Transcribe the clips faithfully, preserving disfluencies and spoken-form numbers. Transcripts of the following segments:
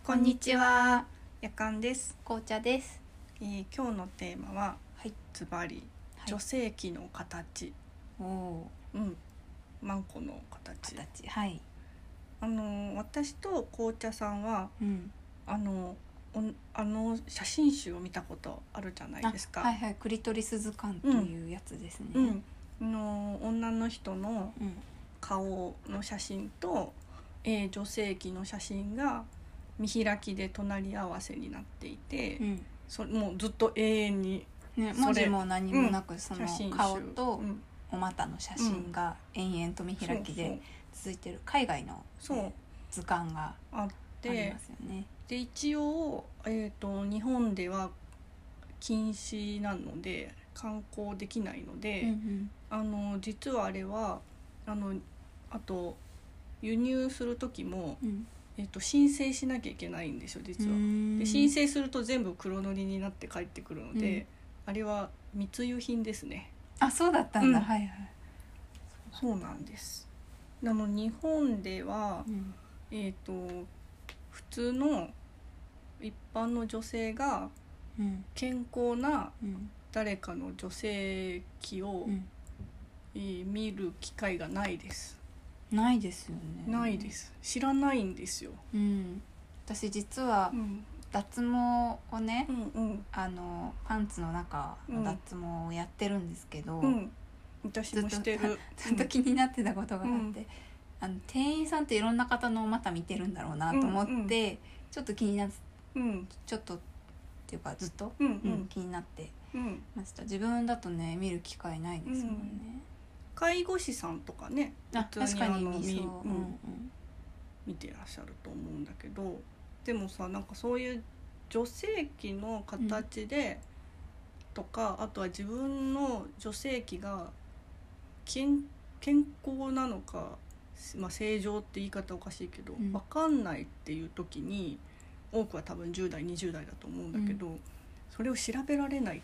こんにちは、やかんです。 紅茶です。 えー、今日のテーマは、 はい、 ズバリ、 はい、 女性器の形。 おお、 うん、マンコの形。 形、はい。 あの私と紅茶さんは、うん、あのあの写真集を見たことあるじゃないですか。 はいはい、クリトリス図鑑というやつですね。 うん、うん、の女の人の顔の写真と、えー、女性器の写真が見開きで隣り合わせになっていて、うん、そもうずっと永遠に、 ね、文字も何もなく、うん、その顔とお股の写真が延々と見開きで続いてる海外の、ね、図鑑がありますよね。 で一応、えーと、日本では禁止なので観光できないので、うんうん、あの実はあれはあのあと輸入する時も、うんえーと、申請しなきゃいけないんですよ実は。で申請すると全部黒塗りになって帰ってくるので、うん、あれは密輸品ですね。 あ、そうだったんだ、 うん、 はいはい。 そうなんです。あの日本では、うん、えーと普通の一般の女性が健康な誰かの女性器を、うんえー、見る機会がないです。 ないですよね。 ないです。知らないんですよ。 うん、私実は脱毛をね、うんうん、あのパンツの中の脱毛をやってるんですけど、うん、 私もしてる。 ずっと気になってたことがあって、うん、あの店員さんっていろんな方のお股見てるんだろうなと思って、うんうん、ちょっと気になって、うん、ちょっとっていうかずっと、うんうんうん、気になってました。自分だとね見る機会ないですもんね。うん介護士さんとかね、 普通にあの見そう、うんうん、 見てらっしゃると思うんだけど、でもさなんかそういう女性器の形で、うん、とかあとは自分の女性器が健、健康なのか、まあ、正常って言い方おかしいけど、うん、分かんないっていう時に多くは多分じゅう代にじゅう代だと思うんだけど、うん、それを調べられないって、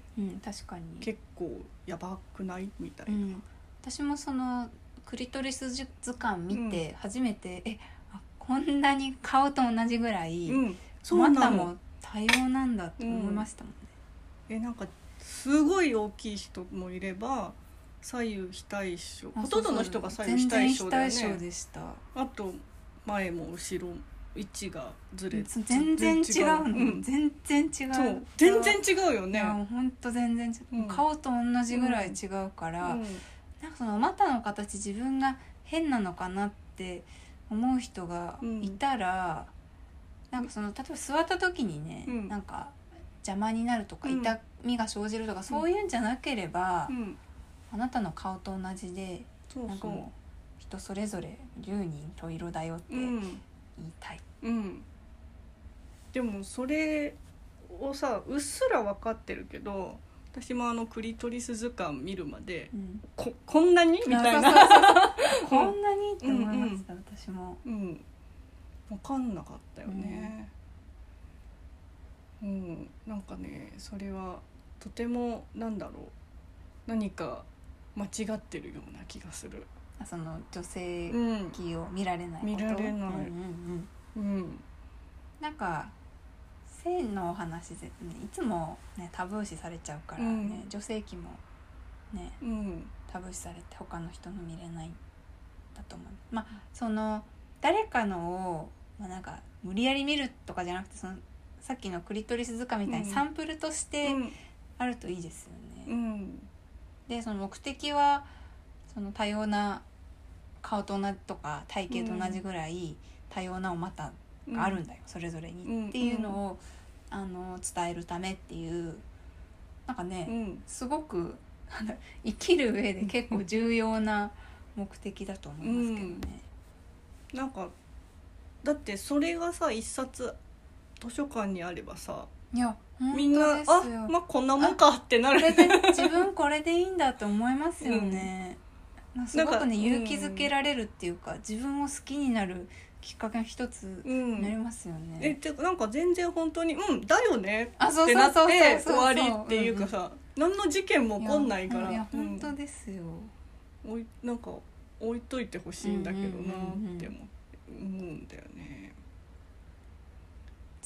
うん、確かに結構やばくないみたいな、 うん私もそのクリトリス図鑑見て初めて、うん、えあこんなに顔と同じぐらい、うん、股も多様なんだと思いましたもんね、 うん、えなんかすごい大きい人もいれば左右非対称、ほとんどの人が左右非対称だよね。 全然非対称でした。 あと前も後ろ位置がずれ全然違うの、うん、全然違う。 そう全然違うよね。 ほんと全然違う、うん、顔と同じぐらい違うから、うんなんかその股の形自分が変なのかなって思う人がいたら、うん、なんかその例えば座った時にね、うん、なんか邪魔になるとか、うん、痛みが生じるとか、そういうんじゃなければ、うん、あなたの顔と同じで、そうそうなんかもう人それぞれ十人十色だよって言いたい、 うんうん、でもそれをさうっすら分かってるけど私もあのクリトリス図鑑見るまで、うん、こ, こんなにみたいなこんなにって思いました、うんうん、私も、 うん、分かんなかったよね、うん、うん、なんかねそれはとてもなんだろう何か間違ってるような気がする。 あその女性器を見られないこと、 見られない、うんうんうんうん、なんか性のお話で、ね、いつも、ね、タブー視されちゃうからね、うん、女性器も、ねうん、タブー視されて他の人の見れないんだと思う。まあその誰かのを、まあ、なんか無理やり見るとかじゃなくてそのさっきのクリトリス図鑑みたいにサンプルとしてあるといいですよね、うん、でその目的はその多様な顔と同じとか体型と同じぐらい多様なお股があるんだよ、うん、それぞれに、うん、っていうのを、うん、あの伝えるためっていうなんかね、うん、すごく生きる上で結構重要な目的だと思いますけどね、 うん、なんかだってそれがさ一冊図書館にあればさいやみんなあまあこんなもんかってなる。 これで自分これでいいんだと思いますよね、うん、すごくね勇気づけられるっていうか、うん、自分を好きになるきっかけの一つになりますよね、 うん、えてなんか全然本当にうんだよねってなって終わりっていうかさ、うんうん、何の事件も起こんないからいや、いや本当ですよ、 うん、おいなんか置いといてほしいんだけどなって思うんだよね、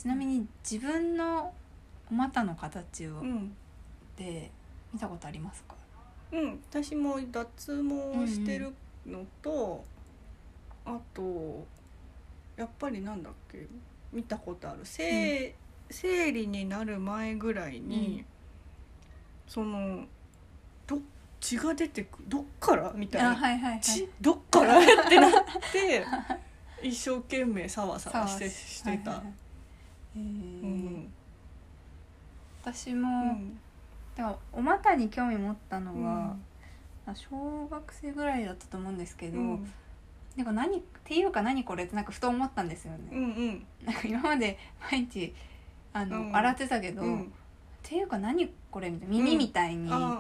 ちなみに自分のお股の形をうんで見たことありますか？ うん私も脱毛してるのと、うんうん、あとやっぱりなんだっけ見たことある生、うん、生理になる前ぐらいに、うん、そのど血が出てくどっからみたいな、 はいはいはい、 血どっからってなって一生懸命サワサワしてしてた、はいはいはい、 えーうん、私も、うん、だからお股に興味持ったのは、うん、小学生ぐらいだったと思うんですけど、うん、でも何っていうか何これってなんかふと思ったんですよね、 うんうん、 なんか今まで毎日あの、うん、洗ってたけど、うん、っていうか何これみたいな耳みたいに、うんうんうん、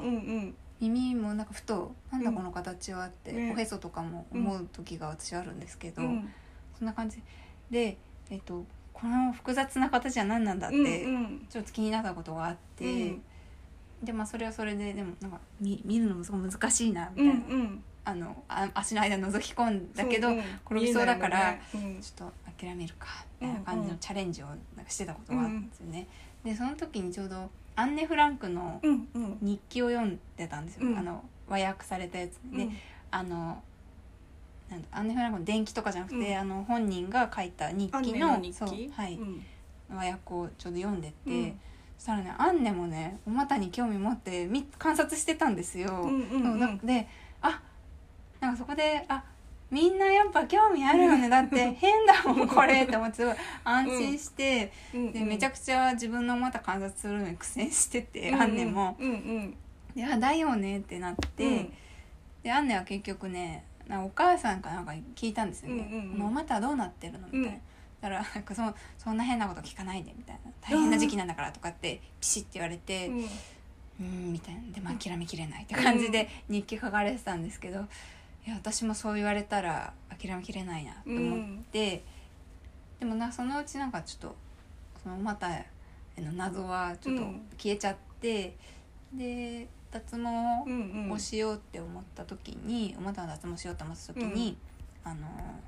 耳もなんかふとなんだこの形はって、うん、おへそとかも思う時が私あるんですけど、うん、そんな感じで、えっと、この複雑な形は何なんだって、うんうん、ちょっと気になったことがあって、うん、でまあそれはそれででもなんか 見, 見るのもすごい難しいなみたいな、うんうん、あのあ足の間覗き込んだけど、うん、転びそうだから、ねうん、ちょっと諦めるかみたいな感じのチャレンジをなんかしてたことがあったんですよね、うんうん、でその時にちょうどアンネ・フランクの日記を読んでたんですよ、うん、あの和訳されたやつで、うん、あのなんだアンネ・フランクの伝記とかじゃなくて、うん、あの本人が書いた日記 の, の日記そう、はいうん、 和訳をちょうど読んでて、うん、そしたらねアンネもねお股に興味持って観察してたんですよ、うんうんうん、であなんかそこであみんなやっぱ興味あるよねだって変だもんこれって思ってすごい安心して、うん、でめちゃくちゃ自分のまた観察するのに苦戦してて、うんうん、アンネも、うんうん、であだよねってなって、うん、でアンネは結局ねなんかお母さんかなんか聞いたんですよね、うんうんうん、お股はどうなってるのみたいな、うん、だからなんか そ, そんな変なこと聞かないでみたいな大変な時期なんだからとかってピシッて言われて、うん、うーんみたいなでも諦めきれないって感じで日記書かれてたんですけど、いや私もそう言われたら諦めきれないなと思って、うん、でもなそのうちなんかちょっとそのまたへの謎はちょっと消えちゃって、うん、で脱毛をしようって思った時に、うん、また脱毛しようと思った時に、うん、あの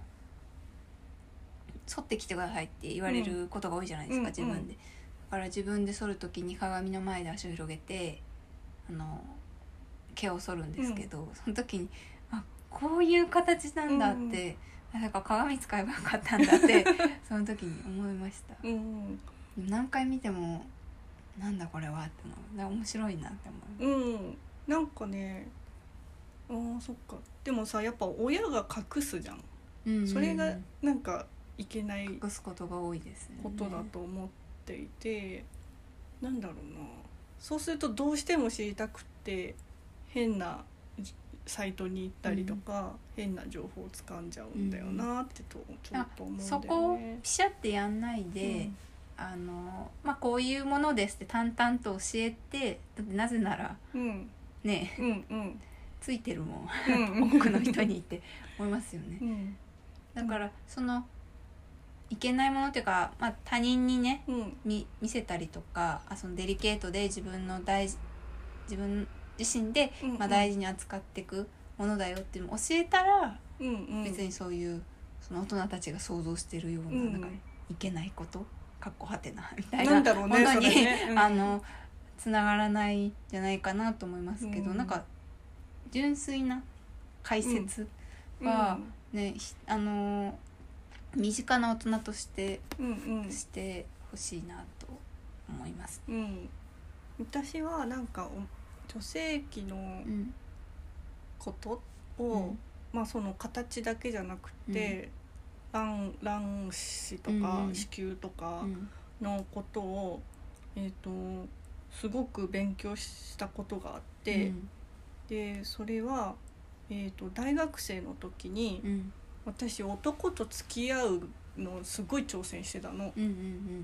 剃ってきてくださいって言われることが多いじゃないですか、うん、自分でだから自分で剃る時に鏡の前で足を広げてあの毛を剃るんですけど、うん、その時にこういう形なんだって、うん、なんか鏡使えばよかったんだってその時に思いました、うん、何回見てもなんだこれはって思う面白いなって思う、 うん、なんかねあそっかでもさやっぱ親が隠すじゃん、うんうん、それがなんかいけない隠すことが多いですねことだと思っていて、なんだろうなそうするとどうしても知りたくって変なサイトに行ったりとか、うん、変な情報を掴んじゃうんだよなってと、うん、ちょっと思うんだよね。 そこをピシャってやんないで、うん、あのまあ、こういうものですって淡々と教えてだってなぜなら、うん、ね、うんうん、ついてるもん、うん、多くの人にって思いますよね、うん、だからそのいけないものっていうか、まあ、他人にね、うん、見, 見せたりとかあそのデリケートで自分の大事自分自身で、うんうんまあ、大事に扱っていくものだよっていうのを教えたら、うんうん、別にそういうその大人たちが想像しているような、うん、なんかいけないことかっこはてなみたいなものに、ねうん、あのつながらないんじゃないかなと思いますけど、うん、なんか純粋な解説は、うんね、あの身近な大人として、うんうん、してほしいなと思います、 うん、私はなんか女性器のことを、うん、まあその形だけじゃなくて、うん、卵, 卵子とか子宮とかのことを、うんえーと、すごく勉強したことがあって、うん、でそれは、えーと、大学生の時に、うん、私男と付き合うのすごい挑戦してたの、うんうんうん、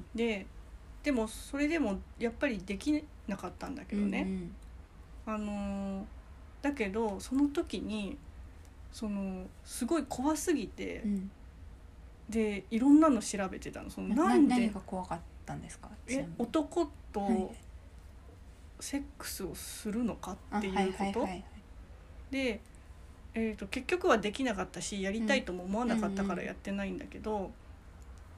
で, でもそれでもやっぱりできなかったんだけどね、うんうんあのー、だけどその時にそのすごい怖すぎて、うん、でいろんなの調べてたのそのなんで何が怖かったんですかえ男とセックスをするのかっていうこと、で、えーと、結局はできなかったしやりたいとも思わなかったからやってないんだけど、うんうん、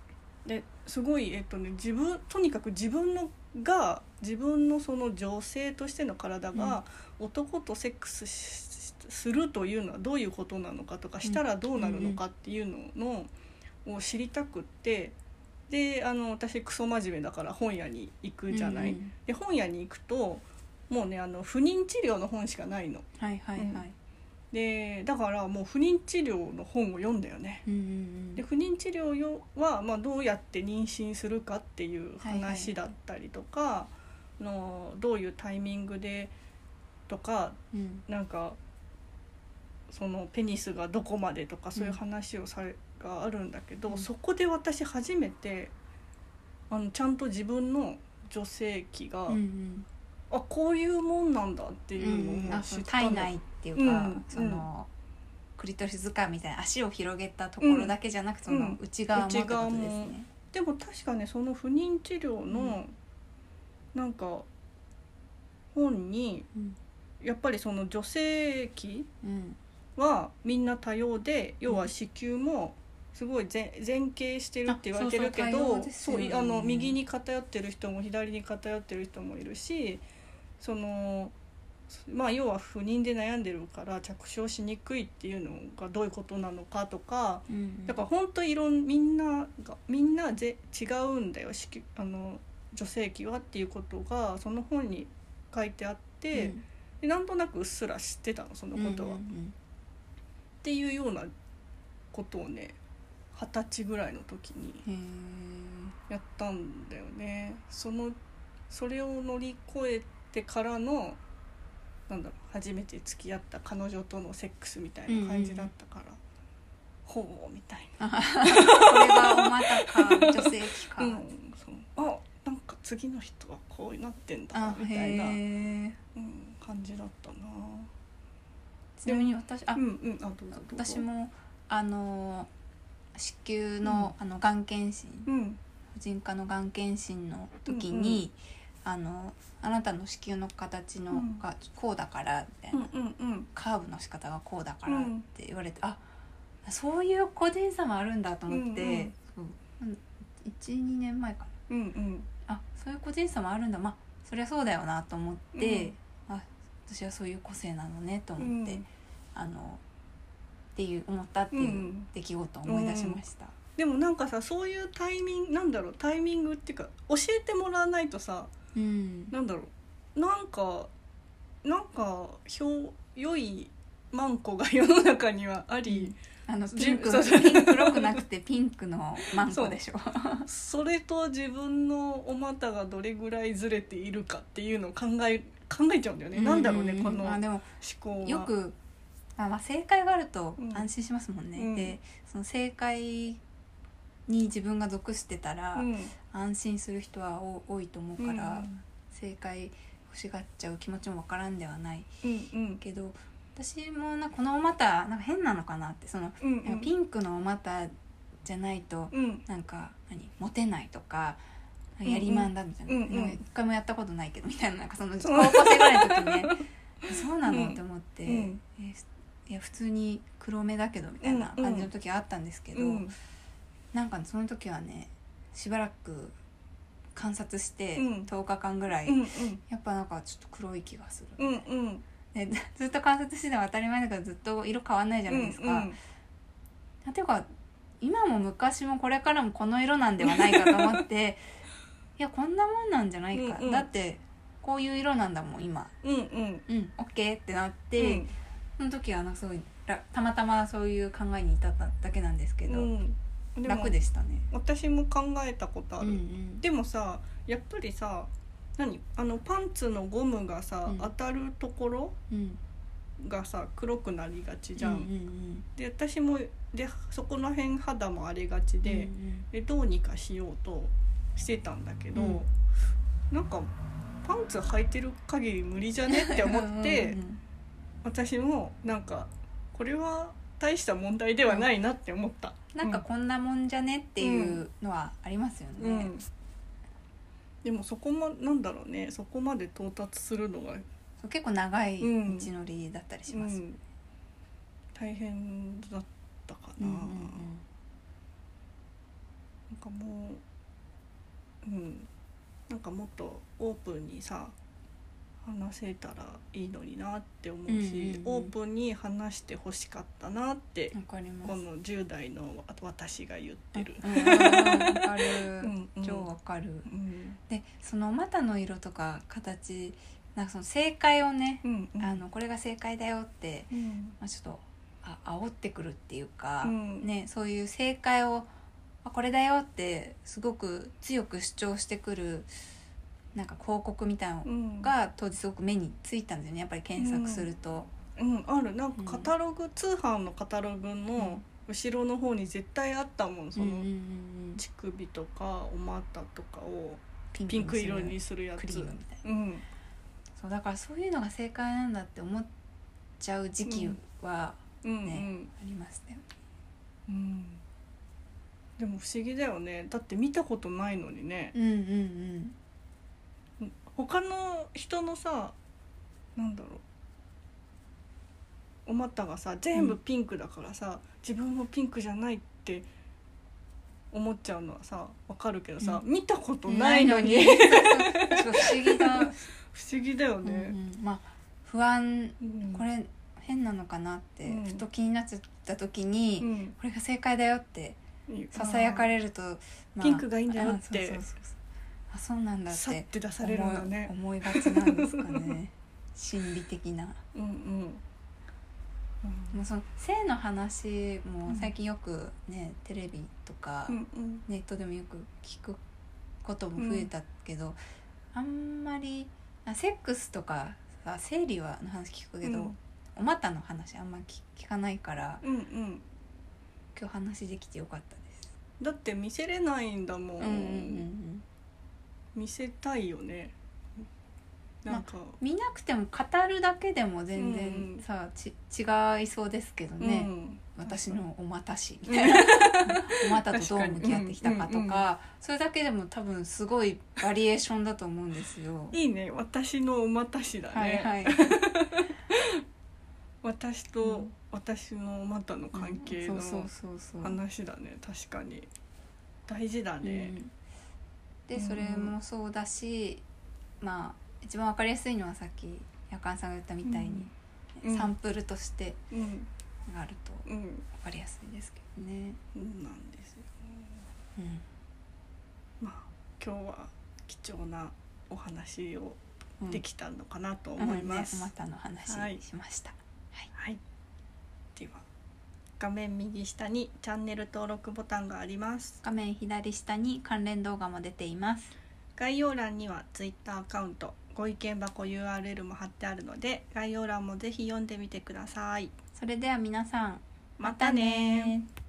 ですごい、えっとね、自分とにかく自分のが自分のその女性としての体が男とセックスしするというのはどういうことなのかとか、したらどうなるのかっていうののを知りたくって、であの私クソ真面目だから本屋に行くじゃない、うんうん、で本屋に行くともうねあの不妊治療の本しかないの、 はいはいはい、うん、 でだからもう不妊治療の本を読んだよね、うんうんうん、で不妊治療は、まあ、どうやって妊娠するかっていう話だったりとか、はいはいはい、のどういうタイミングでとか、うん、なんかそのペニスがどこまでとかそういう話をされ、うん、があるんだけど、うん、そこで私初めてあのちゃんと自分の女性器が、うんうん、あこういうもんなんだっていうのを知ったの、 うん、体内っていうか、うん、そのクリトリス図鑑みたいな足を広げたところだけじゃなくて、うん、その内側もってことですね。 でも確かねその不妊治療のなんか本に、うん、やっぱりその女性器はみんな多様で、うん、要は子宮もすごい 前, 前傾してるって言われてるけど、そうそう、あの右に偏ってる人も左に偏ってる人もいるし、そのまあ要は不妊で悩んでるから着床しにくいっていうのがどういうことなのかとか、うん、だから本当いろんみんながみんなぜ違うんだよあの女性器はっていうことがその本に書いてあって、うん、でなんとなくうっすら知ってたのそのことは、うんうんうん、っていうようなことをね二十歳ぐらいの時にやったんだよね。そのそれを乗り越えてからのなんだろう初めて付き合った彼女とのセックスみたいな感じだったから、うんうん、ほうみたいなこれがお股か女性器か、うん、 そうあなんか次の人はこうなってんだみたいな、うん、感じだったな。 ちなみに私あ、 うんうん、あどうぞどうぞ。 私もあの子宮の、うん、あのがん検診、うん、婦人科のがん検診の時に、うんうん、あのあなたの子宮の形のがこうだからみたいな、うんうんうん、カーブの仕方がこうだからって言われて、うん、あそういう個人差もあるんだと思って、うんうん、いちにねんまえかな、うんうん、あそういう個人差もあるんだ、まあそりゃそうだよなと思って、うん、あ私はそういう個性なのねと思って、うん、あのっていう思ったっていう出来事を思い出しました、うんうん、 でもなんかさそういうタイミングなんだろうタイミングっていうか教えてもらわないとさ、うん、なんだろうなんかなんか良いマンコが世の中にはあり、 うん、あのピンクピン黒くなくてピンクのマンコでしょそ, それと自分のお股がどれぐらいずれているかっていうのを考え考えちゃうんだよね、うん、なんだろうねこの思考は。 よくあ、まあ、正解があると安心しますもんね、うん、でその正解に自分が属してたら、うん、安心する人は多いと思うから、うん、正解欲しがっちゃう気持ちもわからんではない、うんうん、けど私もなこのお股なんか変なのかなってその、うんうん、ピンクのお股じゃないと、うん、なんか何モテないとかやりまんだみたいな、うんうん、一回もやったことないけどみたいな、なんかその高校生ぐらいの時ねそうなのって思って、うん、えいや普通に黒目だけどみたいな感じの時はあったんですけど、うん、なんかその時はねしばらく観察してとおかかんぐらい、うんうん、やっぱなんかちょっと黒い気がする、うんうん、でずっと観察してたのは当たり前だけどずっと色変わんないじゃないですか、うんうん、なんていうか今も昔もこれからもこの色なんではないかと思っていやこんなもんなんじゃないか、うんうん、だってこういう色なんだもん今、うんうんうん、オッケーってなって、うん、その時はなんかすごいたまたまそういう考えに至っただけなんですけど、うん、で楽でしたね。 私も考えたことある、うんうん、でもさやっぱりさ何あのパンツのゴムがさ、うん、当たるところがさ黒くなりがちじゃん、うんうんうん、で私もでそこの辺肌も荒れがちで、うんうん、でどうにかしようとしてたんだけど、うん、なんかパンツ履いてる限り無理じゃねって思ってうんうん、うん、私もなんかこれは大した問題ではないなって思った、 うん、なんかこんなもんじゃねっていうのはありますよね、うんうん、 でもそこもなんだろうねそこまで到達するのが結構長い道のりだったりします、うんうん、 大変だったかな、うんうんうん、なんかもううんなんかもっとオープンにさ話せたらいいのになって思うし、うんうんうん、オープンに話してほしかったなってこのじゅう代の私が言ってる。 わかるうんうん、 超わかる、 うん、 でその股の色とか形なんかその正解をね、 うんうん、 あのこれが正解だよって、 うんまあ、ちょっとあ煽ってくるっていうか、 うんね、そういう正解をあこれだよってすごく強く主張してくるなんか広告みたいなのが当時すごく目についたんですよね、やっぱり検索すると、 うんうん、あるなんかカタログ、うん、通販のカタログの後ろの方に絶対あったもん、その乳首とかお股とかをピンク色にするやつクリームみたいな、うん、そうだからそういうのが正解なんだって思っちゃう時期はね、うんうんうん、ありましたよね、 うん、でも不思議だよね、だって見たことないのにね、 うんうんうん他の人のさなんだろうお股がさ全部ピンクだからさ、うん、自分もピンクじゃないって思っちゃうのはさわかるけどさ、うん、見たことないのに不思議だ不思議だよね、うんうん、まあ不安、うん、これ変なのかなって、うん、ふと気になっちゃった時に、うん、これが正解だよってささやかれると、 まあ、ピンクがいいんだよってそうそうそうあそうなんだってさって出されるんだね思いがちなんですかね心理的なうんうん、うん、 もうその性の話も最近よくね、うん、テレビとか、 うんうん、 ネットでもよく聞くことも増えたけど、うん、あんまりセックスとかさ生理はの話聞くけど、うん、お股の話あんまり 聞, 聞かないから、 うんうん、 今日話できてよかったです。 だって見せれないんだもん、 うんうんうんうん見せたいよねなんか、まあ、 見なくても語るだけでも全然さ、うん、ち違いそうですけどね、うん、私のお股しみたいなお股とどう向き合ってきたかとか、うんうんうん、それだけでも多分すごいバリエーションだと思うんですよ。 いいね私のお股しだね、 はいはい、 私と私のお股の関係の話だね、確かに大事だね、 うんでそれもそうだし、うん、まあ一番わかりやすいのはさっきやかんさんが言ったみたいに、うん、サンプルとしてがあるとわかりやすいですけどね。 そうなんですよ、 うん、 まあ今日は貴重なお話をできたのかなと思います、 うんうんね、お股の話しました、 はいはい、では画面右下にチャンネル登録ボタンがあります。 画面左下に関連動画も出ています。 概要欄には Twitter アカウント、ご意見箱 ユーアールエル も貼ってあるので概要欄もぜひ読んでみてください。 それでは皆さんまたね。